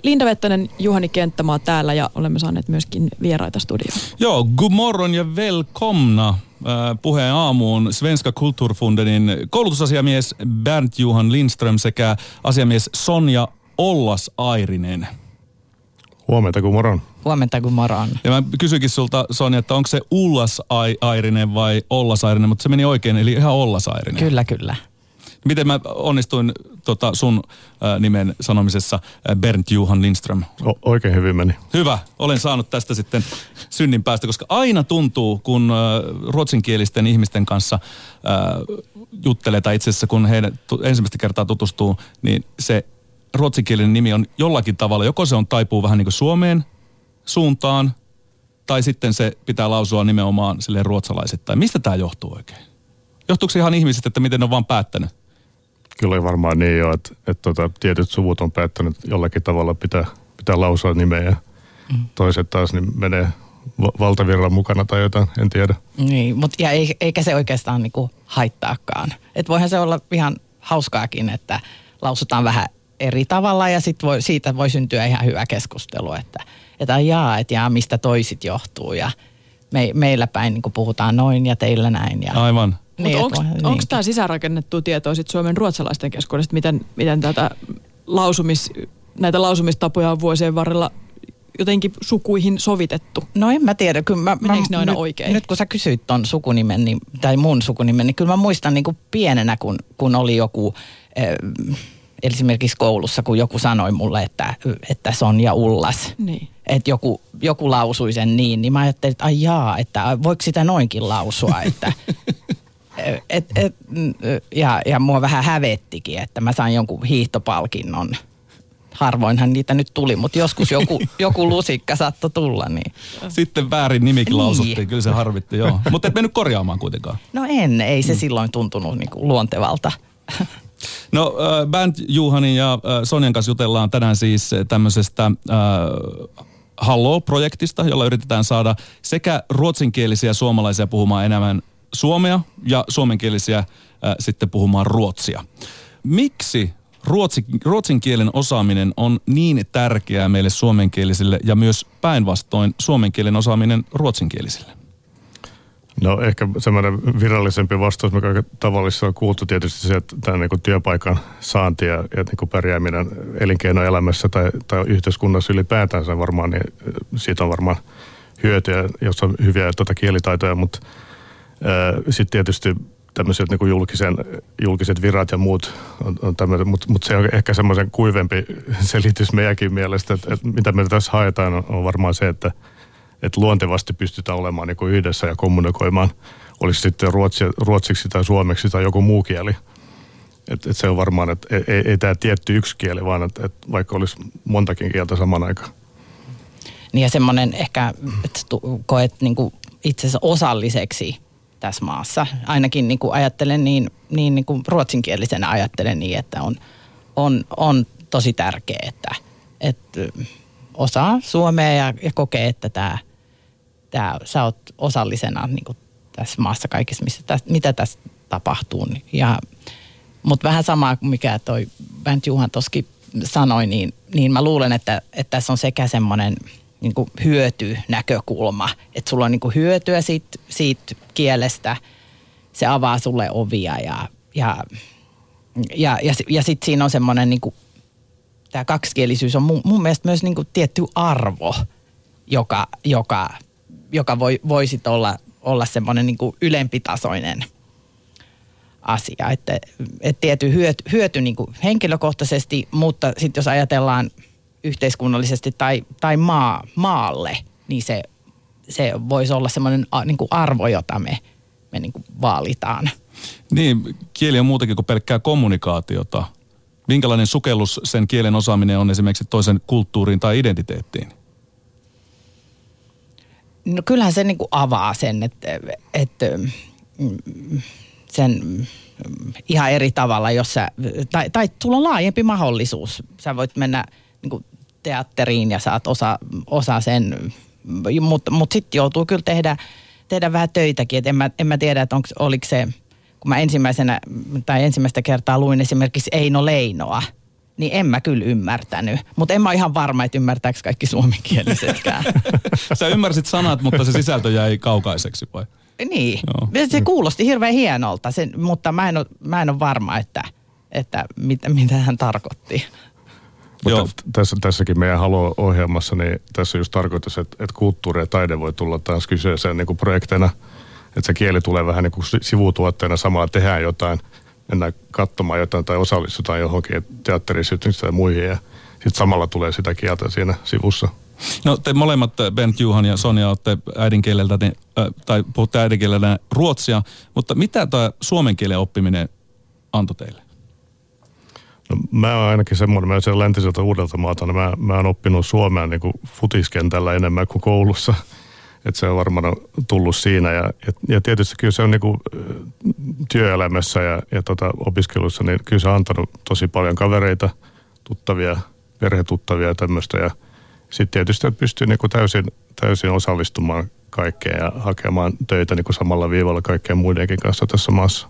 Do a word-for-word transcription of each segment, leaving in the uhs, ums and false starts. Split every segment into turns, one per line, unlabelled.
Linda Vettänen, Juhani Kenttämaa täällä ja olemme saaneet myöskin vieraita studioon.
Joo, god morgon ja välkomna Puheen aamuun Svenska Kulturfondenin koulutusasiamies Bernt Johan Lindström sekä asiamies Sonja Ollas-Airinen.
Huomenta, kun moron.
Huomenta, kun moron.
Ja mä kysyikin sulta, Sonja, että onko se Ullas-Airinen vai Ollas-Airinen, mutta se meni oikein, eli ihan Ollas-Airinen.
Kyllä, kyllä.
Miten mä onnistuin tota sun äh, nimen sanomisessa, äh, Bernt Johan Lindström?
O- oikein hyvin meni.
Hyvä. Olen saanut tästä sitten synnin päästä, koska aina tuntuu, kun äh, ruotsinkielisten ihmisten kanssa äh, juttelee, tai itse asiassa kun heidän tu- ensimmäistä kertaa tutustuu, niin se ruotsinkielinen nimi on jollakin tavalla, joko se on taipuu vähän niin kuin Suomeen suuntaan, tai sitten se pitää lausua nimenomaan silleen ruotsalaisittain. Mistä tämä johtuu oikein? Johtuuko se ihan ihmisistä, että miten ne on vaan päättänyt?
Kyllä varmaan niin jo, että, että tota, tietyt suvut on päättänyt jollakin tavalla pitää, pitää lausua nimeä ja mm. toiset taas niin menee va- valtavirran mukana tai jotain, en tiedä.
Niin, mutta ja eikä se oikeastaan niinku haittaakaan. Että voihan se olla ihan hauskaakin, että lausutaan vähän eri tavalla ja sit voi, siitä voi syntyä ihan hyvä keskustelu, että, että jaa, että jaa, mistä toisit johtuu ja me, meillä päin niin puhutaan noin ja teillä näin. Ja,
aivan.
Mutta niin, onko tämä sisäänrakennettu tietoa sit Suomen ruotsalaisten keskuudesta, miten, miten tätä lausumis, näitä lausumistapoja on vuosien varrella jotenkin sukuihin sovitettu?
No en mä tiedä. Kyllä mä,
Meneekö ne aina
nyt,
oikein?
Nyt kun sä kysyit ton sukunimen, niin, tai mun sukunimen, niin kyllä mä muistan niin kuin pienenä, kun, kun oli joku, äh, esimerkiksi koulussa, kun joku sanoi mulle, että, että Sonja Ullas.
Niin.
Että joku, joku lausui sen niin, niin mä ajattelin, että ai jaa, että voiko sitä noinkin lausua, että... Et, et, ja, ja mua vähän hävettikin, että mä sain jonkun hiihtopalkinnon. Harvoinhan niitä nyt tuli, mutta joskus joku, joku lusikka saattoi tulla. Niin.
Sitten väärin nimikin
niin.
lausuttiin, kyllä se harvitti, joo. Mutta et mennyt korjaamaan kuitenkaan.
No en, ei se mm. silloin tuntunut niinku luontevalta.
No äh, Bernt Johanin ja äh, Sonjan kanssa jutellaan tänään siis tämmöisestä äh, Halloo-projektista, jolla yritetään saada sekä ruotsinkielisiä suomalaisia puhumaan enemmän suomea ja suomenkielisiä äh, sitten puhumaan ruotsia. Miksi ruotsi, ruotsin kielen osaaminen on niin tärkeää meille suomenkielisille ja myös päinvastoin suomen kielen osaaminen ruotsinkielisille?
No ehkä semmoinen virallisempi vastaus, mikä tavallisesti on kuultu tietysti se, että tämä niin työpaikan saanti ja, ja niin pärjääminen elinkeinoelämässä tai, tai yhteiskunnassa ylipäätänsä varmaan, niin siitä on varmaan hyötyä, jos on hyviä tuota kielitaitoja, mutta sitten tietysti tämmöiset niin julkisen, julkiset virat ja muut on, on tämmöinen, mutta mut se on ehkä semmoisen kuivempi selitys meidänkin mielestä, että, että mitä me tässä haetaan on, on varmaan se, että, että luontevasti pystytään olemaan niin kuin yhdessä ja kommunikoimaan, olisi sitten ruotsi, ruotsiksi tai suomeksi tai joku muu kieli. Että et se on varmaan, että ei, ei tämä tietty yksi kieli, vaan että et vaikka olisi montakin kieltä saman aikaan.
Niin ja semmoinen ehkä, että koet niin kuin itse asiassa osalliseksi tässä maassa. Ainakin niin kuin ajattelen niin, niin, niin kuin ruotsinkielisenä ajattelen niin, että on, on, on tosi tärkeää, että, että osaa suomea ja, ja kokee, että tämä, tämä, sä oot osallisena niin kuin tässä maassa kaikissa, missä tästä, mitä tässä tapahtuu. Ja, mutta vähän samaa kuin mikä toi Bernt Johan toskin sanoi, niin, niin mä luulen, että, että tässä on sekä semmoinen niin kuin hyötynäkökulma, että sulla on niin kuin hyötyä siitä, siitä kielestä, se avaa sulle ovia ja, ja, ja, ja, ja sitten siinä on semmoinen, niin kuin, tämä kaksikielisyys on mun, mun mielestä myös niin kuin tietty arvo, joka, joka, joka voi, voi sit olla, olla semmoinen niin kuin ylempitasoinen asia, että, että tietty hyöty, hyöty niin kuin henkilökohtaisesti, mutta sitten jos ajatellaan yhteiskunnallisesti tai, tai maa, maalle, niin se, se voisi olla semmoinen niin kuin arvo, jota me, me niin kuin vaalitaan.
Niin, kieli on muutakin kuin pelkkää kommunikaatiota. Minkälainen sukellus sen kielen osaaminen on esimerkiksi toisen kulttuuriin tai identiteettiin?
No kyllähän se niin kuin avaa sen, että, että sen ihan eri tavalla, jos sä, tai, tai sulla on laajempi mahdollisuus. Sä voit mennä niin kuin teatteriin ja saat osa, osa sen, mutta mut sitten joutuu kyllä tehdä, tehdä vähän töitäkin. Et en, mä, en mä tiedä, että onko, oliko se, kun mä ensimmäisenä tai ensimmäistä kertaa luin esimerkiksi Eino Leinoa, niin en mä kyllä ymmärtänyt. Mutta en mä ihan varma, että ymmärtääkö kaikki suomenkielisetkään.
Sä ymmärsit sanat, mutta se sisältö jäi kaukaiseksi vai?
Niin, Joo. se kuulosti hirveän hienolta, sen, mutta mä en ole, mä en ole varma, että, että mitä, mitä hän tarkoitti.
Mutta tässä, tässäkin meidän Halo-ohjelmassa, niin tässä on just tarkoitus, että, että kulttuuri ja taide voi tulla taas kyseeseen niin kuin projekteina. Että se kieli tulee vähän niin kuin sivutuotteena, samalla tehdään jotain, mennään katsomaan jotain tai osallistutaan johonkin teatterisytyksiin tai muihin ja sitten samalla tulee sitä kieltä siinä sivussa.
No te molemmat, Bernt, Juhan ja Sonja, olette äidinkieleltä, niin, äh, tai puhutte äidinkielellä ruotsia, mutta mitä tämä suomen kielen oppiminen antoi teille?
No, mä oon ainakin semmoinen, mä oon siellä läntiseltä Uudeltamaalta, niin mä, mä oon oppinut suomea niin kuin futiskentällä enemmän kuin koulussa. Että se on varmaan tullut siinä ja, ja, ja tietysti kyllä se on niin kuin työelämässä ja, ja tota opiskelussa, niin kyllä se on antanut tosi paljon kavereita, tuttavia, perhetuttavia ja tämmöistä. Ja sitten tietysti, että pystyy niin kuin täysin, täysin osallistumaan kaikkeen ja hakemaan töitä niin kuin samalla viivalla kaikkien muidenkin kanssa tässä maassa.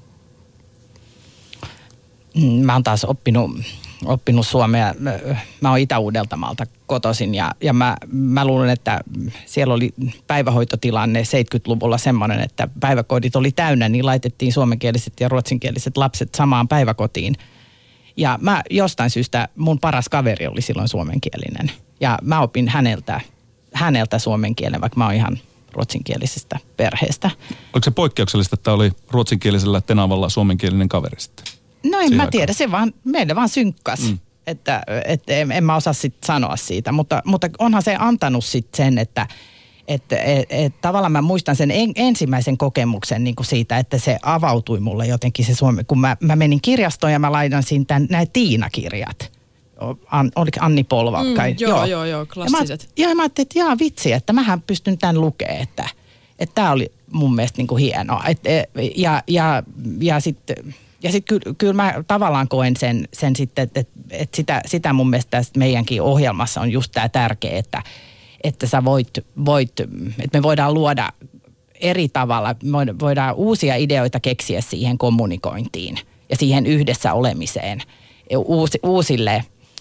Mä oon taas oppinut, oppinut suomea. Mä oon Itä-Uudeltamaalta kotoisin ja, ja mä, mä luulen, että siellä oli päivähoitotilanne seitsemänkymmentäluvulla semmoinen, että päiväkodit oli täynnä, niin laitettiin suomenkieliset ja ruotsinkieliset lapset samaan päiväkotiin. Ja mä jostain syystä, mun paras kaveri oli silloin suomenkielinen. Ja mä opin häneltä, häneltä suomen kielen, vaikka mä oon ihan ruotsinkielisestä perheestä.
Oliko se poikkeuksellista, että oli ruotsinkielisellä Tenavalla suomenkielinen kaveri sitten?
No en mä tiedä, se vaan, meille vaan synkkas, mm. että, että en, en mä osaa sitten sanoa siitä, mutta, mutta onhan se antanut sitten sen, että että et, et, tavallaan mä muistan sen en, ensimmäisen kokemuksen niin kuin siitä, että se avautui mulle jotenkin se suomi, kun mä, mä menin kirjastoon ja mä laitan siinä nämä Tiina-kirjat. An, oliko Anni Polvakka?
Mm, joo, joo, joo, joo, klassiset.
Ja mä, ja mä ajattelin, että jaa vitsi, että mähän pystyn tämän lukemaan, että tämä oli mun mielestä niin kuin hienoa. Et, ja ja, ja sitten... Ja sitten kyllä, kyllä mä tavallaan koen sen, sen sitten, että, että sitä, sitä mun mielestä tästä meidänkin ohjelmassa on just tämä tärkeä, että, että sä voit, voit, että me voidaan luoda eri tavalla, voidaan uusia ideoita keksiä siihen kommunikointiin ja siihen yhdessä olemiseen uusi, uusille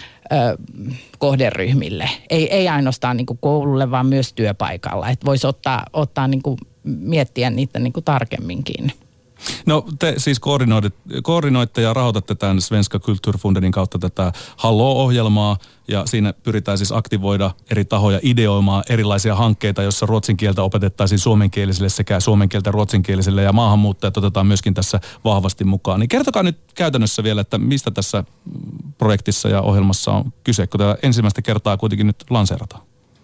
ö, kohderyhmille. Ei, ei ainoastaan niin kuin koululle, vaan myös työpaikalla, että voisi ottaa, ottaa niin kuin, miettiä niitä niin kuin tarkemminkin.
No te siis koordinoitte ja rahoitatte tämän Svenska Kulturfondenin kautta tätä Halloo-ohjelmaa ja siinä pyritään siis aktivoida eri tahoja ideoimaan erilaisia hankkeita, joissa ruotsin kieltä opetettaisiin suomenkielisille sekä suomen kieltä ruotsinkielisille ja maahanmuuttajat otetaan myöskin tässä vahvasti mukaan. Niin kertokaa nyt käytännössä vielä, että mistä tässä projektissa ja ohjelmassa on kyse, kun tämä ensimmäistä kertaa kuitenkin nyt lanseerataan.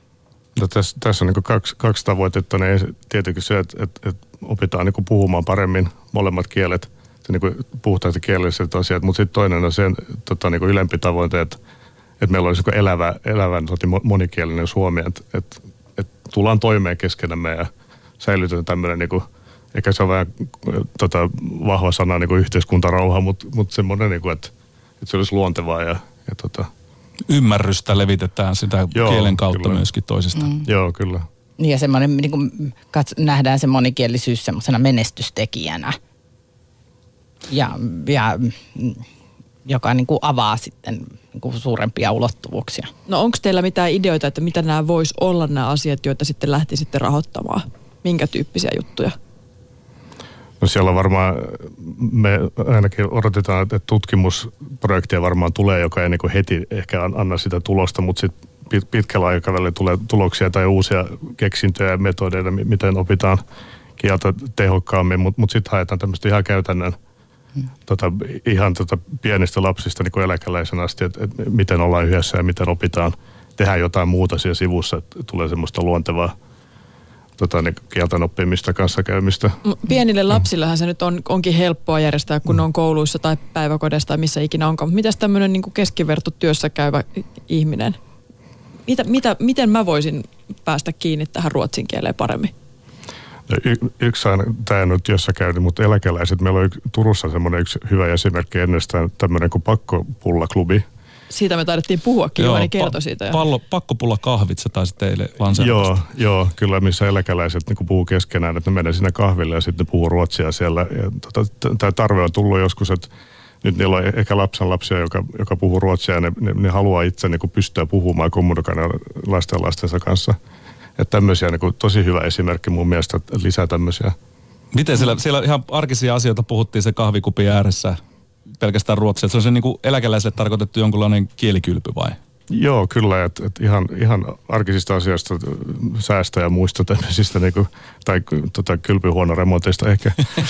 No tässä, tässä on niin kaksi, kaksi tavoitetta, niin tietenkin se, että, että, että opitaan niin puhumaan paremmin molemmat kielet, se niin puhtaasti kielelliset asiat, mutta sitten toinen on sen tota, niin ylempi tavoite, että, että meillä olisi niin elävä, elävän monikielinen Suomi, että, että, että tullaan toimeen keskenämme ja säilytetään tämmöinen, niin kuin, ehkä se on vähän tota, vahva sana, niin yhteiskuntarauha, mutta, mutta semmoinen, niin kuin, että, että se olisi luontevaa ja, ja tota,
ymmärrystä levitetään sitä Joo, kielen kautta
kyllä.
myöskin toisista. Mm.
Joo, kyllä.
Ja semmoinen, niin kuin kats, nähdään se monikielisyys semmoisena menestystekijänä, ja, ja, joka niin kuin avaa sitten niin kuin suurempia ulottuvuuksia.
No onko teillä mitään ideoita, että mitä nämä vois olla nämä asiat, joita sitten lähtisitte rahoittamaan? Minkä tyyppisiä juttuja?
No siellä on varmaan, me ainakin odotetaan, että tutkimusprojektia varmaan tulee, joka ei niin kuin heti ehkä anna sitä tulosta, mutta sitten pitkällä aikavälillä tulee tuloksia tai uusia keksintöjä ja metodeja, miten opitaan kieltä tehokkaammin, mutta mut sitten haetaan tämmöistä ihan käytännön, hmm. tota, ihan tota pienistä lapsista niin kuin eläkeläisen asti, että et miten ollaan yhdessä ja miten opitaan, tehdään jotain muuta siellä sivussa, että tulee semmoista luontevaa tota, niin kielten oppimista, kanssakäymistä.
Pienille lapsillehan se nyt on, onkin helppoa järjestää, kun mm. on kouluissa tai päiväkodeissa tai missä ikinä onkaan. Mutta mitäs tämmöinen niin kuin keskiverto työssä käyvä ihminen? Mitä, mitä, miten mä voisin päästä kiinni tähän ruotsin kieleen paremmin?
No, y- yksi aina, tämä ei ole työssä käynyt, mutta eläkeläiset, meillä on Turussa semmoinen yksi hyvä esimerkki ennestään, tämmöinen kuin pakkopullaklubi.
Siitä me taidettiin puhuakin, Joani kertoi
pa-
siitä.
Pallo, pakkopulla kahvit, se taisi teille lanseerata.
Joo, joo, kyllä missä eläkeläiset niin puhuu keskenään, että ne menee sinne kahville ja sitten ne puhuu ruotsia siellä. Tota, tämä tarve on tullut joskus, että nyt niillä on ehkä lapsenlapsia, joka, joka puhuu ruotsia ja ne, ne, ne haluaa itse niin kuin pystyä puhumaan ja kommunikoida lasten ja lastensa kanssa. Että tämmöisiä niin kuin tosi hyvä esimerkki mun mielestä, että lisää tämmöisiä.
Miten siellä, siellä ihan arkisia asioita puhuttiin se kahvikupin ääressä pelkästään ruotsia? Se on se niin kuin eläkeläiselle tarkoitettu jonkunlainen kielikylpy vai?
Joo, kyllä. Että et ihan, ihan arkisista asioista, säästä ja muista tämmöisistä, niin kuin, tai tota, kylpyhuonoremonteista ehkä.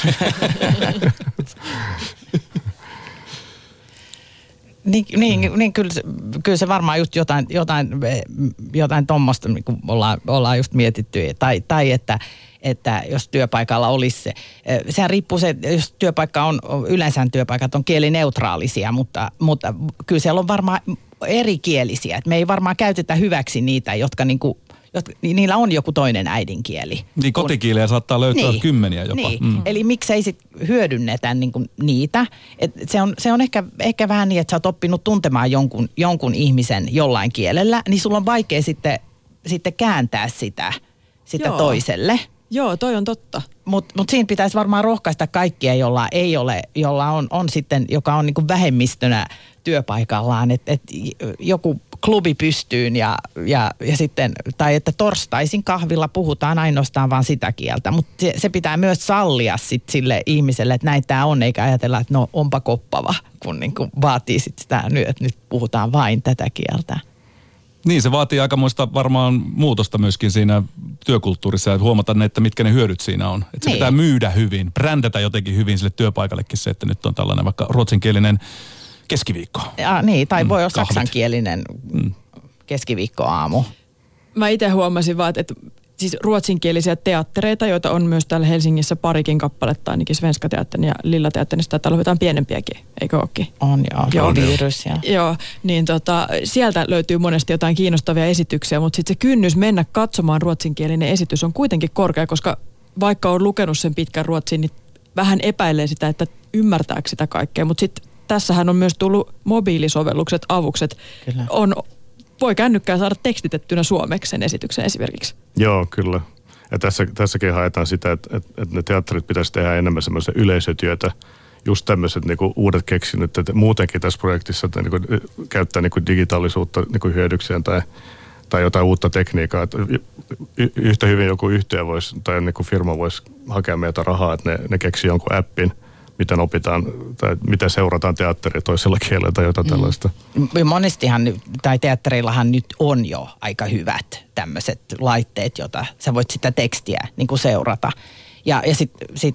Niin, niin, niin kyllä, kyllä se varmaan just jotain, jotain, jotain tuommoista niin kuin ollaan, ollaan just mietitty. Tai, tai että, että jos työpaikalla olisi se. Sehän riippuu se, jos työpaikka on, yleensä työpaikat on kielineutraalisia, mutta, mutta kyllä siellä on varmaan erikielisiä. Et me ei varmaan käytetä hyväksi niitä, jotka niinku, jotka, niillä on joku toinen äidinkieli.
Niin kotikieliä saattaa löytyä niin, kymmeniä jopa.
Niin.
Mm.
Eli miksei sit hyödynnetä niinku niitä. Et se on, se on ehkä, ehkä vähän niin, että sä oot oppinut tuntemaan jonkun, jonkun ihmisen jollain kielellä, niin sulla on vaikea sitten, sitten kääntää sitä, sitä toiselle.
Joo, toi on totta.
Mutta mut siinä pitäisi varmaan rohkaista kaikkia, jolla ei ole, jolla on, on sitten, joka on niinku vähemmistönä työpaikallaan, että et joku klubi pystyyn ja, ja, ja sitten, tai että torstaisin kahvilla puhutaan ainoastaan vaan sitä kieltä, mutta se, se pitää myös sallia sit sille ihmiselle, että näin tämä on, eikä ajatella, että no onpa koppava, kun niinku vaatii sit sitä, että nyt puhutaan vain tätä kieltä.
Niin, se vaatii aikamoista varmaan muutosta myöskin siinä työkulttuurissa, että huomata, että mitkä ne hyödyt siinä on. Että se niin. pitää myydä hyvin, brändätä jotenkin hyvin sille työpaikallekin se, että nyt on tällainen vaikka ruotsinkielinen keskiviikko.
Ja, niin, tai voi olla mm, saksankielinen mm. keskiviikkoaamu.
Mä itse huomasin vaan, että siis ruotsinkielisiä teattereita, joita on myös täällä Helsingissä parikin kappaletta, ainakin Svenska Teatterin ja Lilla Teatterin, sitä täällä luetaan pienempiäkin, eikö ookin?
On joo, joo. Virus, ja.
Joo, niin tota, sieltä löytyy monesti jotain kiinnostavia esityksiä, mutta sitten se kynnys mennä katsomaan ruotsinkielinen esitys on kuitenkin korkea, koska vaikka on lukenut sen pitkän ruotsin, niin vähän epäilee sitä, että ymmärtääkö sitä kaikkea, mutta sitten tässähän on myös tullut mobiilisovellukset, avukset. Kyllä. On, voi kännykkään saada tekstitettynä suomeksi sen esityksen esimerkiksi.
Joo, kyllä. Ja tässä, tässäkin haetaan sitä, että, että, että ne teatterit pitäisi tehdä enemmän semmoista yleisötyötä. Just tämmöiset niin kuin uudet keksinyt, että muutenkin tässä projektissa että, niin kuin, käyttää niin kuin digitaalisuutta niin kuin hyödykseen tai, tai jotain uutta tekniikkaa. Että y, yhtä hyvin joku yhtiö voisi tai niin kuin firma voisi hakea meiltä rahaa, että ne, ne keksii jonkun appin, miten opitaan tai miten seurataan teatteria toisella kielellä tai jotain mm. tällaista.
Monestihan, tai teatterillahan nyt on jo aika hyvät tämmöiset laitteet, joita sä voit sitä tekstiä niin kuin seurata. Ja, ja sitten sit,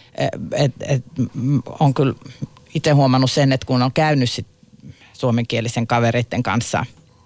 et, et, on kyllä itse huomannut sen, että kun on käynyt sit suomenkielisen kavereiden kanssa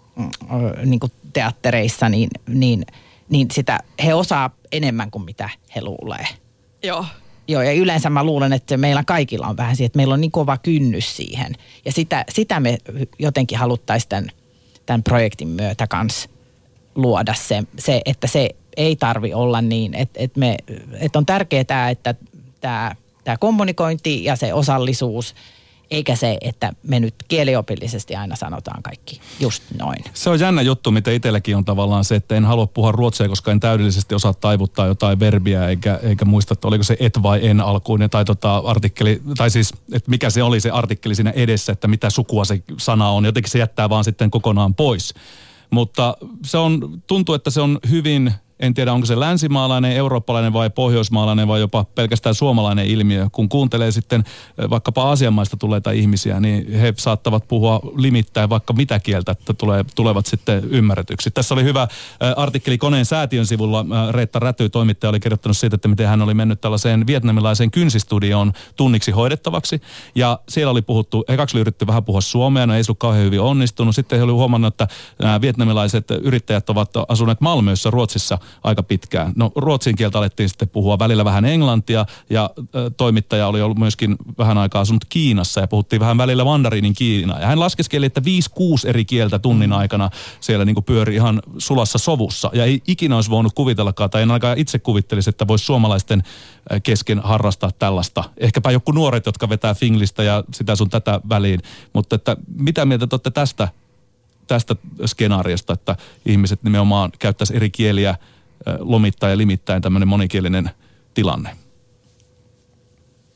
niin kuin teattereissa, niin, niin, niin sitä he osaa enemmän kuin mitä he luulee.
Joo.
Joo, ja yleensä mä luulen, että meillä kaikilla on vähän siihen, että meillä on niin kova kynnys siihen. Ja sitä, sitä me jotenkin haluttaisiin tämän, tämän projektin myötä kanssa luoda se, se, että se ei tarvi olla niin, että, että, me, että on tärkeää, että tämä, tämä kommunikointi ja se osallisuus, eikä se, että me nyt kieliopillisesti aina sanotaan kaikki just noin.
Se on jännä juttu, mitä itselläkin on tavallaan se, että en halua puhua ruotsia, koska en täydellisesti osaa taivuttaa jotain verbiä, eikä, eikä muista, että oliko se et vai en alkuinen, tai tota artikkeli, tai siis, että mikä se oli se artikkeli siinä edessä, että mitä sukua se sana on. Jotenkin se jättää vaan sitten kokonaan pois. Mutta se on, tuntuu, että se on hyvin, en tiedä onko se länsimaalainen, eurooppalainen vai pohjoismaalainen vai jopa pelkästään suomalainen ilmiö. Kun kuuntelee sitten vaikkapa Aasian maista tuleita ihmisiä, niin he saattavat puhua limittäin vaikka mitä kieltä, että tulee, tulevat sitten ymmärretyksi. Tässä oli hyvä artikkeli Koneen säätiön sivulla. Reetta Räty, toimittaja, oli kirjoittanut siitä, että miten hän oli mennyt tällaiseen vietnamilaiseen kynsistudioon tunniksi hoidettavaksi. Ja siellä oli puhuttu, ekaksi oli yritetty vähän puhua suomea, no ei ollut kauhean hyvin onnistunut. Sitten he oli huomannut, että nämä vietnamilaiset yrittäjät ovat asuneet Malmössä, Ruotsissa aika pitkään. No ruotsin kieltä alettiin sitten puhua, välillä vähän englantia ja ä, toimittaja oli ollut myöskin vähän aikaa asunut Kiinassa ja puhuttiin vähän välillä mandariinin kiinaa. Ja hän laskeskeli, että viisi kuusi eri kieltä tunnin aikana siellä niin kuin pyöri ihan sulassa sovussa. Ja ei ikinä olisi voinut kuvitellakaan, tai en ainakaan itse kuvittelisi, että voisi suomalaisten kesken harrastaa tällaista. Ehkäpä joku nuoret, jotka vetää finglistä ja sitä sun tätä väliin. Mutta että mitä mieltä te olette tästä, tästä skenaariosta, että ihmiset nimenomaan käyttäisi eri kieliä lomittain ja limittäin tämmöinen monikielinen tilanne?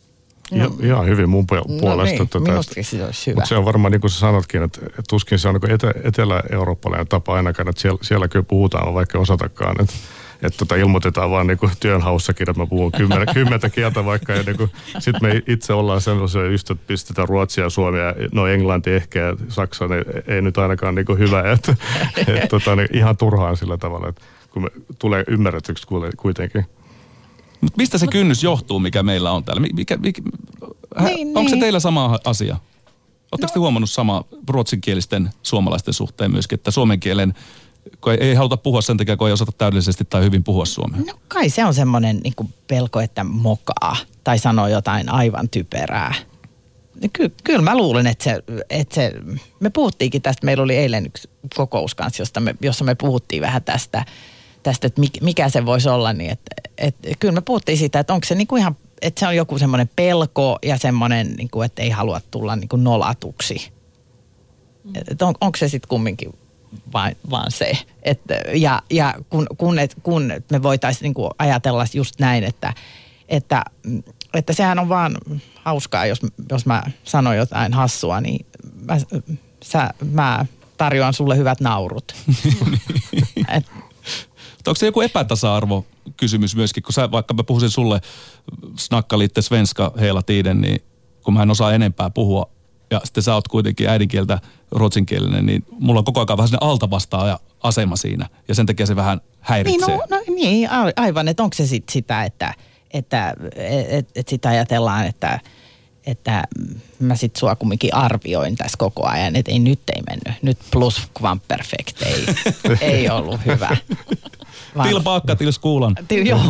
Ja, ihan hyvin mun puolesta.
No niin,
tota,
minustakin se olisi hyvä.
Mutta se on varmaan niin kuin sä sanotkin, että tuskin se on niin etä, etelä-eurooppalainen tapa ainakaan, että siellä, siellä kyllä puhutaan, vaikka osatakaan. Että että tota ilmoitetaan vaan niin kuin työnhaussakin, että mä puhun kymmentä, kymmentä kieltä vaikka. Ja niin sitten me itse ollaan sellaisia just, että pistetään ruotsia ja suomea, no englanti ehkä ja saksa niin ei nyt ainakaan niin kuin hyvä. Että et, tota, niin ihan turhaan sillä tavalla, että kun me tulee ymmärretyksi kuitenkin.
Mut mistä se kynnys johtuu, mikä meillä on täällä? Mikä, mikä, hä,
niin,
onko
niin.
se teillä sama asia? Oletteko no. te huomannut sama ruotsinkielisten suomalaisten suhteen myöskin, että suomen kielen, kun ei, ei haluta puhua sen takia, kun ei osata täydellisesti tai hyvin puhua suomea?
No kai se on semmoinen niin kuin pelko, että mokaa tai sanoo jotain aivan typerää. Ky- kyllä mä luulen, että se, että se, me puhuttiinkin tästä, meillä oli eilen yksi kokous kanssa, josta me, jossa me puhuttiin vähän tästä, tästä että mikä se voisi olla, niin että, että kyllä me puhuttiin siitä, että onko se niin kuin ihan, että se on joku semmoinen pelko ja semmoinen, niin kuin, että ei halua tulla niin kuin nolatuksi. Että on, onko se sitten kumminkin vain, vaan se. Että, ja ja kun, kun, et, kun me voitaisiin niin kuin ajatella just näin, että, että, että sehän on vaan hauskaa, jos, jos mä sanon jotain hassua, niin mä, sä, mä tarjoan sulle hyvät naurut. Et,
onko se joku epätasa-arvo kysymys myöskin, kun sä, vaikka mä puhuisin sulle snakka lite svenska hela tiden, niin kun mä en osaa enempää puhua ja sitten sä oot kuitenkin äidinkieltä ruotsinkielinen, niin mulla on koko ajan vähän sellainen altavastaaja asema siinä ja sen takia se vähän häiritsee.
Niin, no, no niin, aivan, että onko se sitten sitä, että, että et, et sitä ajatellaan, että että mä sit sua kumminkin arvioin tässä koko ajan, että ei nyt ei mennyt, nyt plus kvamperfekt ei, ei ollut hyvä.
Vaan... Till baakka, till skuulan.
Til, joo.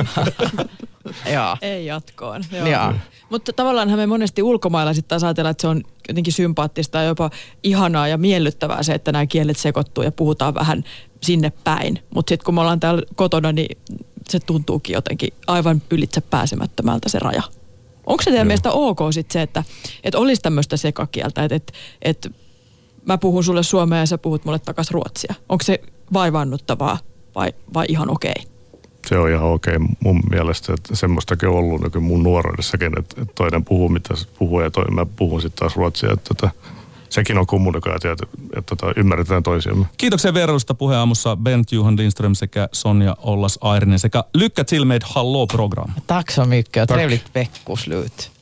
joo.
Ei jatkoon. Joo.
Joo.
Mutta tavallaanhan me monesti ulkomailla sitten taas ajatellaan, että se on jotenkin sympaattista ja jopa ihanaa ja miellyttävää se, että nämä kielet sekoittuu ja puhutaan vähän sinne päin. Mutta sitten kun me ollaan täällä kotona, niin se tuntuukin jotenkin aivan ylitse pääsemättömältä se raja. Onko se teidän Joo. mielestä ok sitten se, että, että olisi tämmöistä sekakieltä, että, että, että mä puhun sulle suomea ja sä puhut mulle takaisin ruotsia? Onko se vaivaannuttavaa vai, vai ihan okei? Okay?
Se on ihan okei okay mun mielestä, että semmoistakin on ollut niin mun nuoruudessakin, että toinen puhuu mitä puhuu ja toinen mä puhun sitten taas ruotsia. Että, että sekin on kommunikaatio, että, että, että ymmärretään toisiamme.
Kiitoksia vierailusta puheenaamussa Bernt Johan Lindström sekä Sonja Ollas Airinen sekä Lycka till med Hallå program.
Tack så mycket och trevligt veckoslut.